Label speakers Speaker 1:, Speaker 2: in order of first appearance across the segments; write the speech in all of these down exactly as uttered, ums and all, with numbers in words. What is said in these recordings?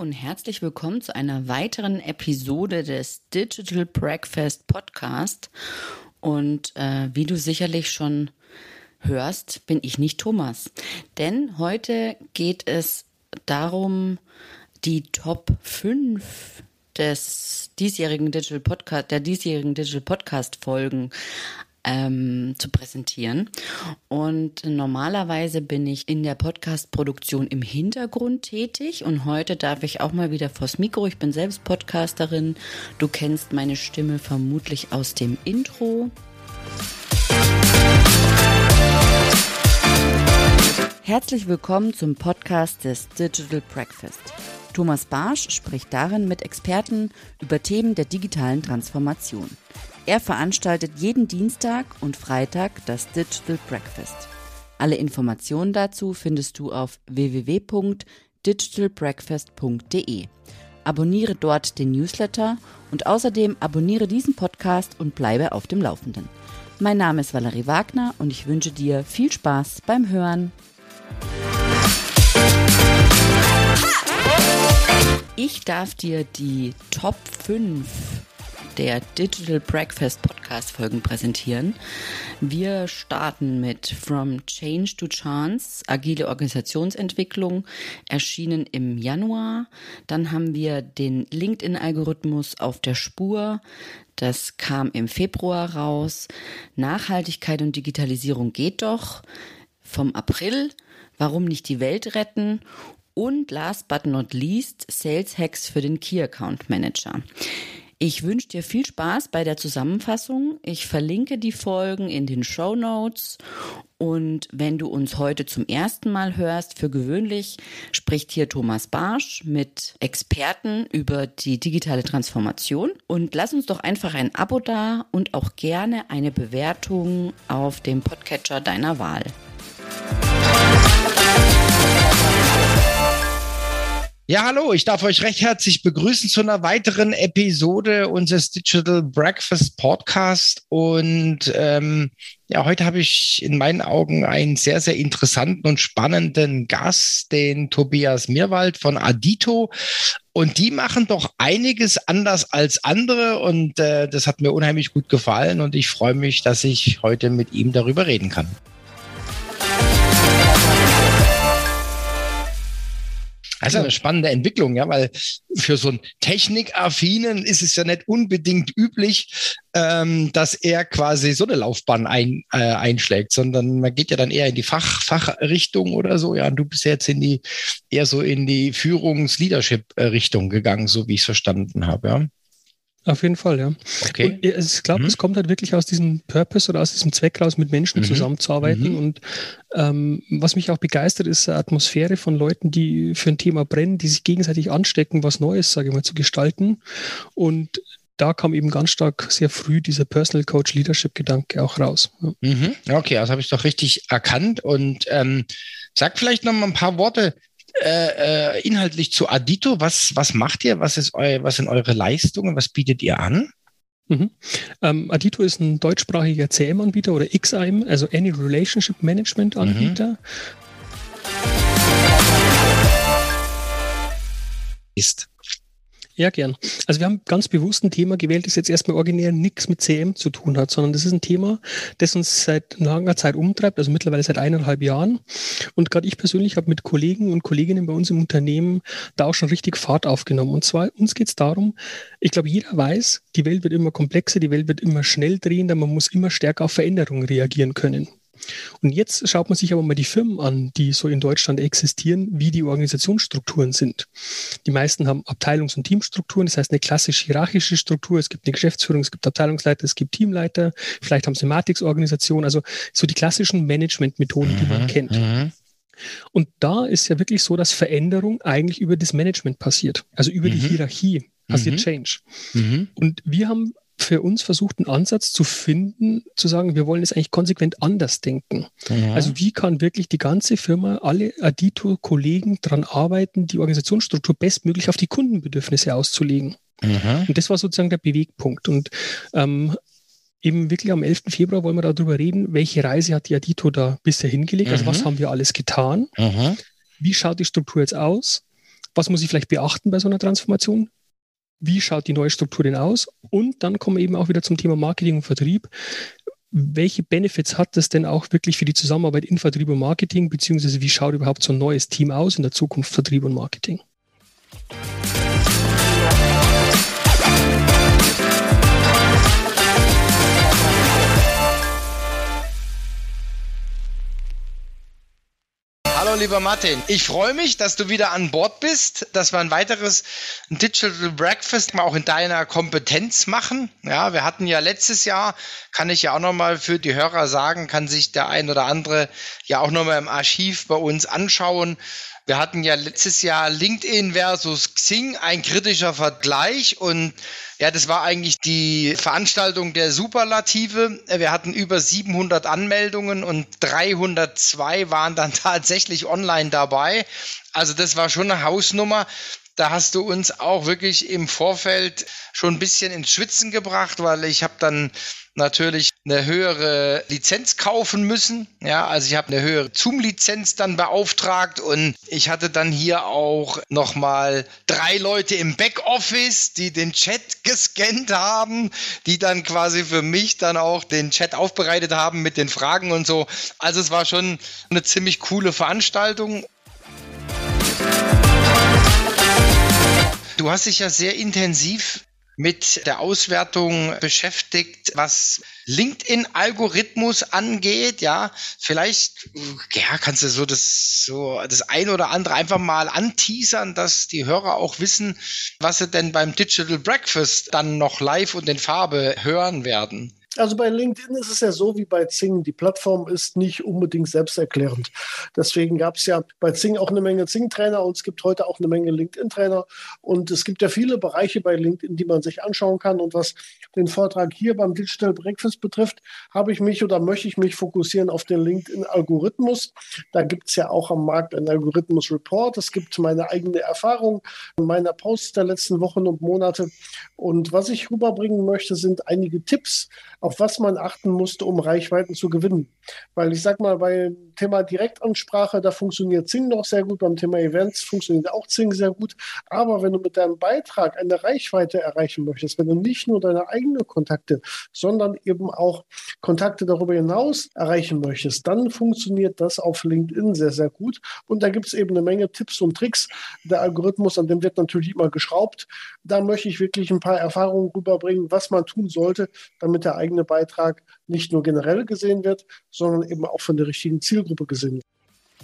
Speaker 1: und herzlich willkommen zu einer weiteren Episode des Digital Breakfast Podcast. Und äh, wie du sicherlich schon hörst, bin ich nicht Thomas. Denn heute geht es darum, die Top fünf des diesjährigen Digital Podcast, der diesjährigen Digital Podcast Folgen ähm, zu präsentieren. Und normalerweise bin ich in der Podcast-Produktion im Hintergrund tätig und heute darf ich auch mal wieder vors Mikro. Ich bin selbst Podcasterin. Du kennst meine Stimme vermutlich aus dem Intro. Herzlich willkommen zum Podcast des Digital Breakfast. Thomas Barsch spricht darin mit Experten über Themen der digitalen Transformation. Er veranstaltet jeden Dienstag und Freitag das Digital Breakfast. Alle Informationen dazu findest du auf w w w punkt digital breakfast punkt d e. Abonniere dort den Newsletter und außerdem abonniere diesen Podcast und bleibe auf dem Laufenden. Mein Name ist Valerie Wagner und ich wünsche dir viel Spaß beim Hören. Ich darf dir die Top fünf der Digital Breakfast Podcast Folgen präsentieren. Wir starten mit From Change to Chance, agile Organisationsentwicklung, erschienen im Januar. Dann haben wir den LinkedIn-Algorithmus auf der Spur. Das kam im Februar raus. Nachhaltigkeit und Digitalisierung geht doch. Vom April. Warum nicht die Welt retten? Und last but not least, Sales Hacks für den Key Account Manager. Ich wünsche dir viel Spaß bei der Zusammenfassung. Ich verlinke die Folgen in den Shownotes. Und wenn du uns heute zum ersten Mal hörst, für gewöhnlich spricht hier Thomas Barsch mit Experten über die digitale Transformation. Und lass uns doch einfach ein Abo da und auch gerne eine Bewertung auf dem Podcatcher deiner Wahl.
Speaker 2: Ja, hallo, ich darf euch recht herzlich begrüßen zu einer weiteren Episode unseres Digital Breakfast Podcast. Und ähm, ja, heute habe ich in meinen Augen einen sehr, sehr interessanten und spannenden Gast, den Tobias Mirwald von Adito. Und die machen doch einiges anders als andere und äh, das hat mir unheimlich gut gefallen und ich freue mich, dass ich heute mit ihm darüber reden kann. Also eine spannende Entwicklung, ja, weil für so einen Technikaffinen ist es ja nicht unbedingt üblich, ähm, dass er quasi so eine Laufbahn ein, äh, einschlägt, sondern man geht ja dann eher in die Fach, Fachrichtung oder so. Ja, und du bist jetzt in die eher so in die Führungs-Leadership-Richtung gegangen, so wie ich es verstanden habe, ja.
Speaker 3: Auf jeden Fall, ja.
Speaker 2: Okay.
Speaker 3: Und ich glaube, mhm. es kommt halt wirklich aus diesem Purpose oder aus diesem Zweck raus, mit Menschen mhm. zusammenzuarbeiten. Mhm. Und ähm, was mich auch begeistert, ist eine Atmosphäre von Leuten, die für ein Thema brennen, die sich gegenseitig anstecken, was Neues, sage ich mal, zu gestalten. Und da kam eben ganz stark sehr früh dieser Personal Coach Leadership Gedanke auch raus. Ja.
Speaker 2: Mhm. Okay, das habe ich doch richtig erkannt. Und ähm, sag vielleicht noch mal ein paar Worte Äh, äh, inhaltlich zu Adito. Was, was macht ihr? Was ist eu, was sind eure Leistungen? Was bietet ihr an?
Speaker 3: Mhm. Ähm, Adito ist ein deutschsprachiger C M-Anbieter oder X I M, also Any Relationship Management Anbieter. Mhm.
Speaker 2: Ist.
Speaker 3: Ja, gern. Also wir haben ganz bewusst ein Thema gewählt, das jetzt erstmal originär nichts mit C M zu tun hat, sondern das ist ein Thema, das uns seit langer Zeit umtreibt, also mittlerweile seit eineinhalb Jahren. Und gerade ich persönlich habe mit Kollegen und Kolleginnen bei uns im Unternehmen da auch schon richtig Fahrt aufgenommen. Und zwar, uns geht es darum, ich glaube, jeder weiß, die Welt wird immer komplexer, die Welt wird immer schnell drehender, man muss immer stärker auf Veränderungen reagieren können. Und jetzt schaut man sich aber mal die Firmen an, die so in Deutschland existieren, wie die Organisationsstrukturen sind. Die meisten haben Abteilungs- und Teamstrukturen, das heißt eine klassisch hierarchische Struktur. Es gibt eine Geschäftsführung, es gibt Abteilungsleiter, es gibt Teamleiter, vielleicht haben sie eine Matrix-Organisation, also so die klassischen Management-Methoden, die man kennt. Mhm. Und da ist ja wirklich so, dass Veränderung eigentlich über das Management passiert, also über mhm. die Hierarchie passiert mhm. Change. Mhm. Und wir haben für uns versucht, einen Ansatz zu finden, zu sagen, wir wollen es eigentlich konsequent anders denken. Ja. Also wie kann wirklich die ganze Firma, alle Adito-Kollegen daran arbeiten, die Organisationsstruktur bestmöglich auf die Kundenbedürfnisse auszulegen. Ja. Und das war sozusagen der Bewegpunkt. Und ähm, eben wirklich am elften Februar wollen wir darüber reden, welche Reise hat die Adito da bisher hingelegt, also mhm. was haben wir alles getan, mhm. wie schaut die Struktur jetzt aus, Was muss ich vielleicht beachten bei so einer Transformation? Wie schaut die neue Struktur denn aus? Und dann kommen wir eben auch wieder zum Thema Marketing und Vertrieb. Welche Benefits hat das denn auch wirklich für die Zusammenarbeit in Vertrieb und Marketing, beziehungsweise wie schaut überhaupt so ein neues Team aus in der Zukunft Vertrieb und Marketing?
Speaker 2: Hallo lieber Martin, ich freue mich, dass du wieder an Bord bist, dass wir ein weiteres Digital Breakfast mal auch in deiner Kompetenz machen. Ja, wir hatten ja letztes Jahr, kann ich ja auch nochmal für die Hörer sagen, kann sich der ein oder andere ja auch nochmal im Archiv bei uns anschauen. Wir hatten ja letztes Jahr LinkedIn versus Xing, ein kritischer Vergleich, und ja, das war eigentlich die Veranstaltung der Superlative. Wir hatten über siebenhundert Anmeldungen und dreihundertzwei waren dann tatsächlich online dabei. Also das war schon eine Hausnummer. Da hast du uns auch wirklich im Vorfeld schon ein bisschen ins Schwitzen gebracht, weil ich habe dann natürlich eine höhere Lizenz kaufen müssen. Ja, also ich habe eine höhere Zoom-Lizenz dann beauftragt, und ich hatte dann hier auch nochmal drei Leute im Backoffice, die den Chat gescannt haben, die dann quasi für mich dann auch den Chat aufbereitet haben mit den Fragen und so. Also es war schon eine ziemlich coole Veranstaltung. Du hast dich ja sehr intensiv mit der Auswertung beschäftigt, was LinkedIn-Algorithmus angeht. Ja, vielleicht ja, kannst du so das so das ein oder andere einfach mal anteasern, dass die Hörer auch wissen, was sie denn beim Digital Breakfast dann noch live und in Farbe hören werden.
Speaker 4: Also bei LinkedIn ist es ja so wie bei Xing. Die Plattform ist nicht unbedingt selbsterklärend. Deswegen gab es ja bei Xing auch eine Menge Xing-Trainer, und es gibt heute auch eine Menge LinkedIn-Trainer. Und es gibt ja viele Bereiche bei LinkedIn, die man sich anschauen kann. Und was den Vortrag hier beim Digital Breakfast betrifft, habe ich mich oder möchte ich mich fokussieren auf den LinkedIn-Algorithmus. Da gibt es ja auch am Markt einen Algorithmus-Report. Es gibt meine eigene Erfahrung meiner Posts der letzten Wochen und Monate. Und was ich rüberbringen möchte, sind einige Tipps, auf was man achten musste, um Reichweiten zu gewinnen. Weil ich sag mal, beim Thema Direktansprache, da funktioniert Xing noch sehr gut, beim Thema Events funktioniert auch Xing sehr gut. Aber wenn du mit deinem Beitrag eine Reichweite erreichen möchtest, wenn du nicht nur deine eigenen Kontakte, sondern eben auch Kontakte darüber hinaus erreichen möchtest, dann funktioniert das auf LinkedIn sehr, sehr gut. Und da gibt es eben eine Menge Tipps und Tricks. Der Algorithmus, an dem wird natürlich immer geschraubt. Da möchte ich wirklich ein paar Erfahrungen rüberbringen, was man tun sollte, damit der eigene Beitrag nicht nur generell gesehen wird, sondern eben auch von der richtigen Zielgruppe gesehen wird.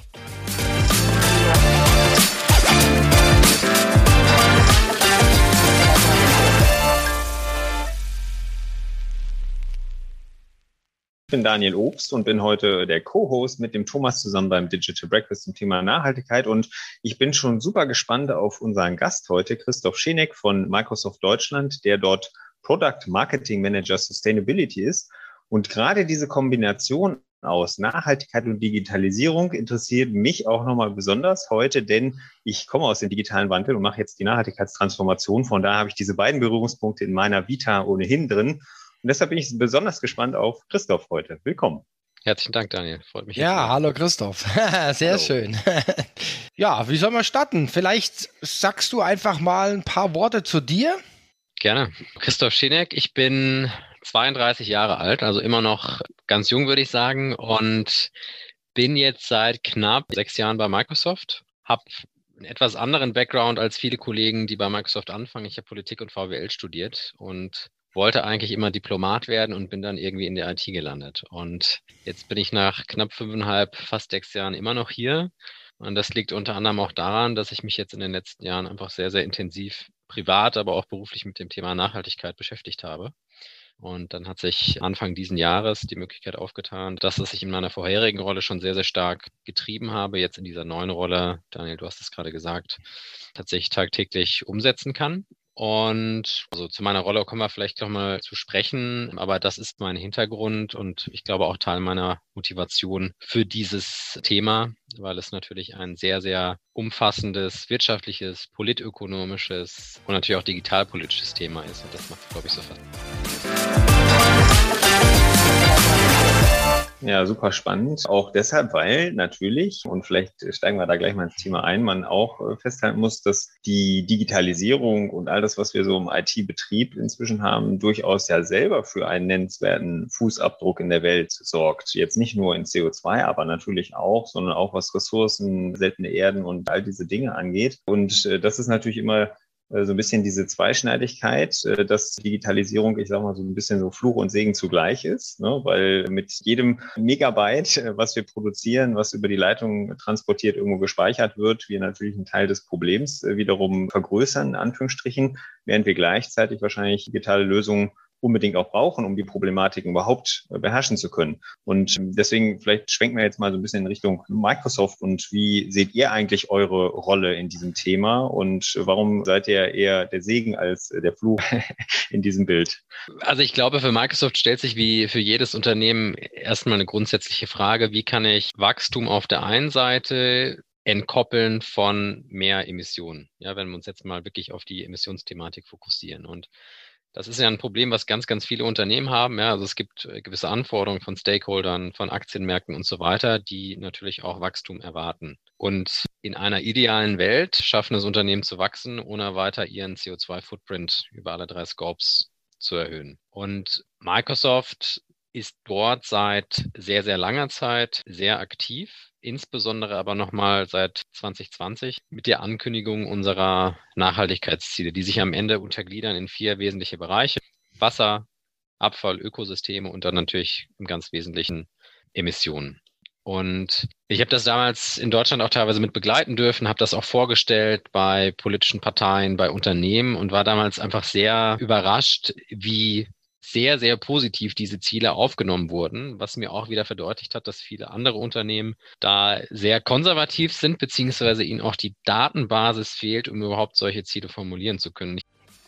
Speaker 5: Ich bin Daniel Obst und bin heute der Co-Host mit dem Thomas zusammen beim Digital Breakfast zum Thema Nachhaltigkeit. Und ich bin schon super gespannt auf unseren Gast heute, Christoph Scheneck von Microsoft Deutschland, der dort Product Marketing Manager Sustainability ist. Und gerade diese Kombination aus Nachhaltigkeit und Digitalisierung interessiert mich auch nochmal besonders heute, denn ich komme aus dem digitalen Wandel und mache jetzt die Nachhaltigkeitstransformation. Von daher habe ich diese beiden Berührungspunkte in meiner Vita ohnehin drin. Und deshalb bin ich besonders gespannt auf Christoph heute. Willkommen.
Speaker 6: Herzlichen Dank, Daniel. Freut mich.
Speaker 2: Ja, hallo Christoph. Sehr hallo. Schön. Ja, wie sollen wir starten? Vielleicht sagst du einfach mal ein paar Worte zu dir.
Speaker 6: Gerne. Christoph Scheneck, ich bin zweiunddreißig Jahre alt, also immer noch ganz jung, würde ich sagen, und bin jetzt seit knapp sechs Jahren bei Microsoft, habe einen etwas anderen Background als viele Kollegen, die bei Microsoft anfangen. Ich habe Politik und V W L studiert und wollte eigentlich immer Diplomat werden und bin dann irgendwie in der I T gelandet. Und jetzt bin ich nach knapp fünfeinhalb, fast sechs Jahren immer noch hier. Und das liegt unter anderem auch daran, dass ich mich jetzt in den letzten Jahren einfach sehr, sehr intensiv privat, aber auch beruflich mit dem Thema Nachhaltigkeit beschäftigt habe. Und dann hat sich Anfang diesen Jahres die Möglichkeit aufgetan, dass es sich in meiner vorherigen Rolle schon sehr, sehr stark getrieben habe, jetzt in dieser neuen Rolle, Daniel, du hast es gerade gesagt, tatsächlich tagtäglich umsetzen kann. Und also zu meiner Rolle kommen wir vielleicht noch mal zu sprechen, aber das ist mein Hintergrund und ich glaube auch Teil meiner Motivation für dieses Thema, weil es natürlich ein sehr, sehr umfassendes, wirtschaftliches, politökonomisches und natürlich auch digitalpolitisches Thema ist und das macht es, glaube ich, so fast.
Speaker 5: Ja, super spannend. Auch deshalb, weil natürlich, und vielleicht steigen wir da gleich mal ins Thema ein, man auch festhalten muss, dass die Digitalisierung und all das, was wir so im I T-Betrieb inzwischen haben, durchaus ja selber für einen nennenswerten Fußabdruck in der Welt sorgt. Jetzt nicht nur in C O zwei, aber natürlich auch, sondern auch was Ressourcen, seltene Erden und all diese Dinge angeht. Und das ist natürlich immer so ein bisschen diese Zweischneidigkeit, dass Digitalisierung, ich sag mal, so ein bisschen so Fluch und Segen zugleich ist, ne? Weil mit jedem Megabyte, was wir produzieren, was über die Leitung transportiert, irgendwo gespeichert wird, wir natürlich einen Teil des Problems wiederum vergrößern, in Anführungsstrichen, während wir gleichzeitig wahrscheinlich digitale Lösungen unbedingt auch brauchen, um die Problematiken überhaupt beherrschen zu können. Und deswegen, vielleicht schwenken wir jetzt mal so ein bisschen in Richtung Microsoft und wie seht ihr eigentlich eure Rolle in diesem Thema und warum seid ihr eher der Segen als der Fluch in diesem Bild?
Speaker 6: Also ich glaube, für Microsoft stellt sich wie für jedes Unternehmen erstmal eine grundsätzliche Frage, wie kann ich Wachstum auf der einen Seite entkoppeln von mehr Emissionen? Ja, wenn wir uns jetzt mal wirklich auf die Emissionsthematik fokussieren. Und das ist ja ein Problem, was ganz, ganz viele Unternehmen haben. Ja, also es gibt gewisse Anforderungen von Stakeholdern, von Aktienmärkten und so weiter, die natürlich auch Wachstum erwarten. Und in einer idealen Welt schaffen es Unternehmen zu wachsen, ohne weiter ihren C O zwei Footprint über alle drei Scopes zu erhöhen. Und Microsoft ist dort seit sehr, sehr langer Zeit sehr aktiv, insbesondere aber nochmal seit zwanzig zwanzig mit der Ankündigung unserer Nachhaltigkeitsziele, die sich am Ende untergliedern in vier wesentliche Bereiche: Wasser, Abfall, Ökosysteme und dann natürlich im ganz Wesentlichen Emissionen. Und ich habe das damals in Deutschland auch teilweise mit begleiten dürfen, habe das auch vorgestellt bei politischen Parteien, bei Unternehmen und war damals einfach sehr überrascht, wie sehr, sehr positiv diese Ziele aufgenommen wurden, was mir auch wieder verdeutlicht hat, dass viele andere Unternehmen da sehr konservativ sind, beziehungsweise ihnen auch die Datenbasis fehlt, um überhaupt solche Ziele formulieren zu können.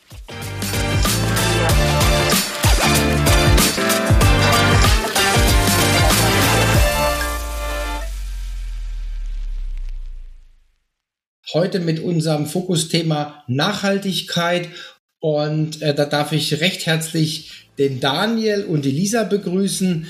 Speaker 2: Heute mit unserem Fokusthema Nachhaltigkeit. Und äh, da darf ich recht herzlich den Daniel und die Lisa begrüßen.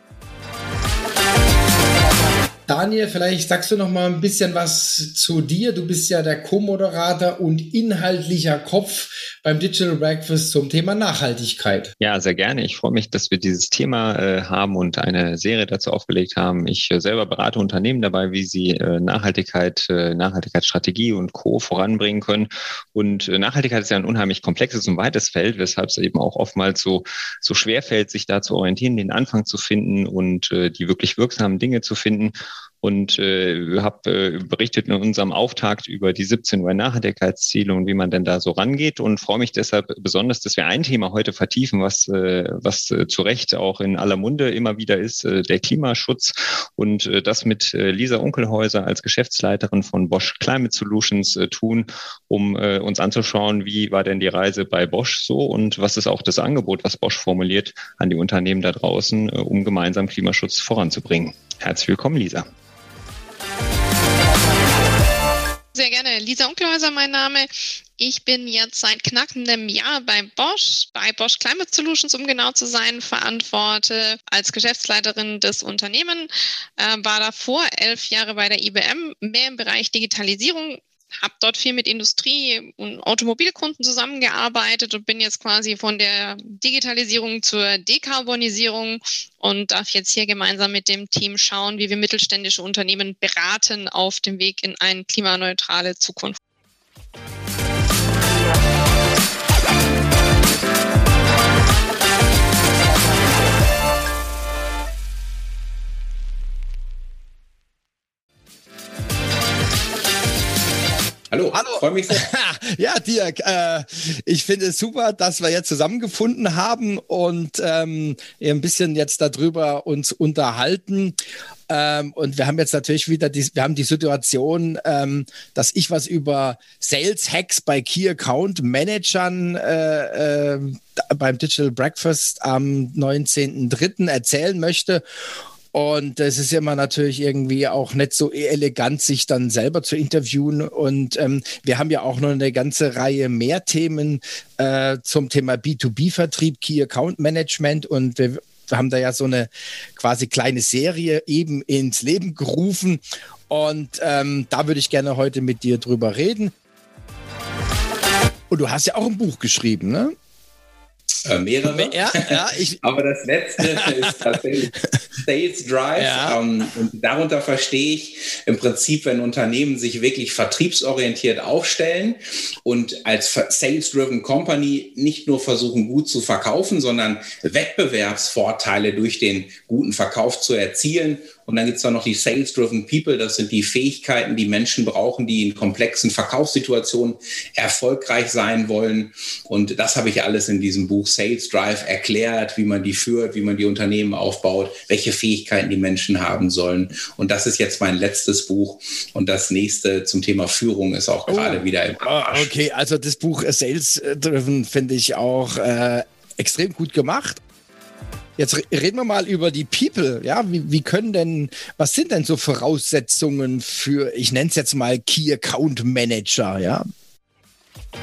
Speaker 2: Daniel, vielleicht sagst du noch mal ein bisschen was zu dir. Du bist ja der Co-Moderator und inhaltlicher Kopf beim Digital Breakfast zum Thema Nachhaltigkeit.
Speaker 5: Ja, sehr gerne. Ich freue mich, dass wir dieses Thema äh, haben und eine Serie dazu aufgelegt haben. Ich äh, selber berate Unternehmen dabei, wie sie äh, Nachhaltigkeit, äh, Nachhaltigkeitsstrategie und Co. voranbringen können. Und äh, Nachhaltigkeit ist ja ein unheimlich komplexes und weites Feld, weshalb es eben auch oftmals so, so schwer fällt, sich da zu orientieren, den Anfang zu finden und äh, die wirklich wirksamen Dinge zu finden. Und äh, habe äh, berichtet in unserem Auftakt über die siebzehn U N-Nachhaltigkeitsziele und wie man denn da so rangeht und freue mich deshalb besonders, dass wir ein Thema heute vertiefen, was äh, was äh, zu Recht auch in aller Munde immer wieder ist, äh, der Klimaschutz und äh, das mit äh, Lisa Unkelhäuser als Geschäftsleiterin von Bosch Climate Solutions äh, tun, um äh, uns anzuschauen, wie war denn die Reise bei Bosch so und was ist auch das Angebot, was Bosch formuliert an die Unternehmen da draußen, äh, um gemeinsam Klimaschutz voranzubringen. Herzlich willkommen, Lisa.
Speaker 7: Sehr gerne. Lisa Unkelhäuser, mein Name. Ich bin jetzt seit knapp einem Jahr bei Bosch, bei Bosch Climate Solutions, um genau zu sein, verantworte als Geschäftsleiterin des Unternehmens, äh, war davor elf Jahre bei der I B M, mehr im Bereich Digitalisierung, habe dort viel mit Industrie- und Automobilkunden zusammengearbeitet und bin jetzt quasi von der Digitalisierung zur Dekarbonisierung und darf jetzt hier gemeinsam mit dem Team schauen, wie wir mittelständische Unternehmen beraten auf dem Weg in eine klimaneutrale Zukunft.
Speaker 8: Hallo, Hallo. Freue mich sehr. Ja, Dirk, äh, ich finde es super, dass wir jetzt zusammengefunden haben und ähm, ein bisschen jetzt darüber uns unterhalten. Ähm, und wir haben jetzt natürlich wieder die, wir haben die Situation, ähm, dass ich was über Sales Hacks bei Key Account Managern äh, äh, beim Digital Breakfast am neunzehnten dritten erzählen möchte. Und es ist immer natürlich irgendwie auch nicht so elegant, sich dann selber zu interviewen. Und ähm, wir haben ja auch noch eine ganze Reihe mehr Themen äh, zum Thema B zwei B Vertrieb, Key Account Management. Und wir Wir haben da ja so eine quasi kleine Serie eben ins Leben gerufen. Und ähm, da würde ich gerne heute mit dir drüber reden. Und du hast ja auch ein Buch geschrieben, ne?
Speaker 9: Äh, mehrere.
Speaker 8: Ja, ja, ich
Speaker 9: Aber das letzte ist tatsächlich Sales Drive.
Speaker 8: Ja.
Speaker 9: Ähm, und darunter verstehe ich im Prinzip, wenn Unternehmen sich wirklich vertriebsorientiert aufstellen und als Sales-Driven Company nicht nur versuchen, gut zu verkaufen, sondern Wettbewerbsvorteile durch den guten Verkauf zu erzielen. Und dann gibt es da noch die Sales-Driven People. Das sind die Fähigkeiten, die Menschen brauchen, die in komplexen Verkaufssituationen erfolgreich sein wollen. Und das habe ich alles in diesem Buch Sales Drive erklärt, wie man die führt, wie man die Unternehmen aufbaut, welche Fähigkeiten die Menschen haben sollen. Und das ist jetzt mein letztes Buch. Und das nächste zum Thema Führung ist auch gerade oh. wieder im Arsch.
Speaker 8: Okay, also das Buch Sales Driven finde ich auch äh, extrem gut gemacht. Jetzt reden wir mal über die People. Ja, wie, wie können denn, was sind denn so Voraussetzungen für, ich nenne es jetzt mal Key Account Manager, ja?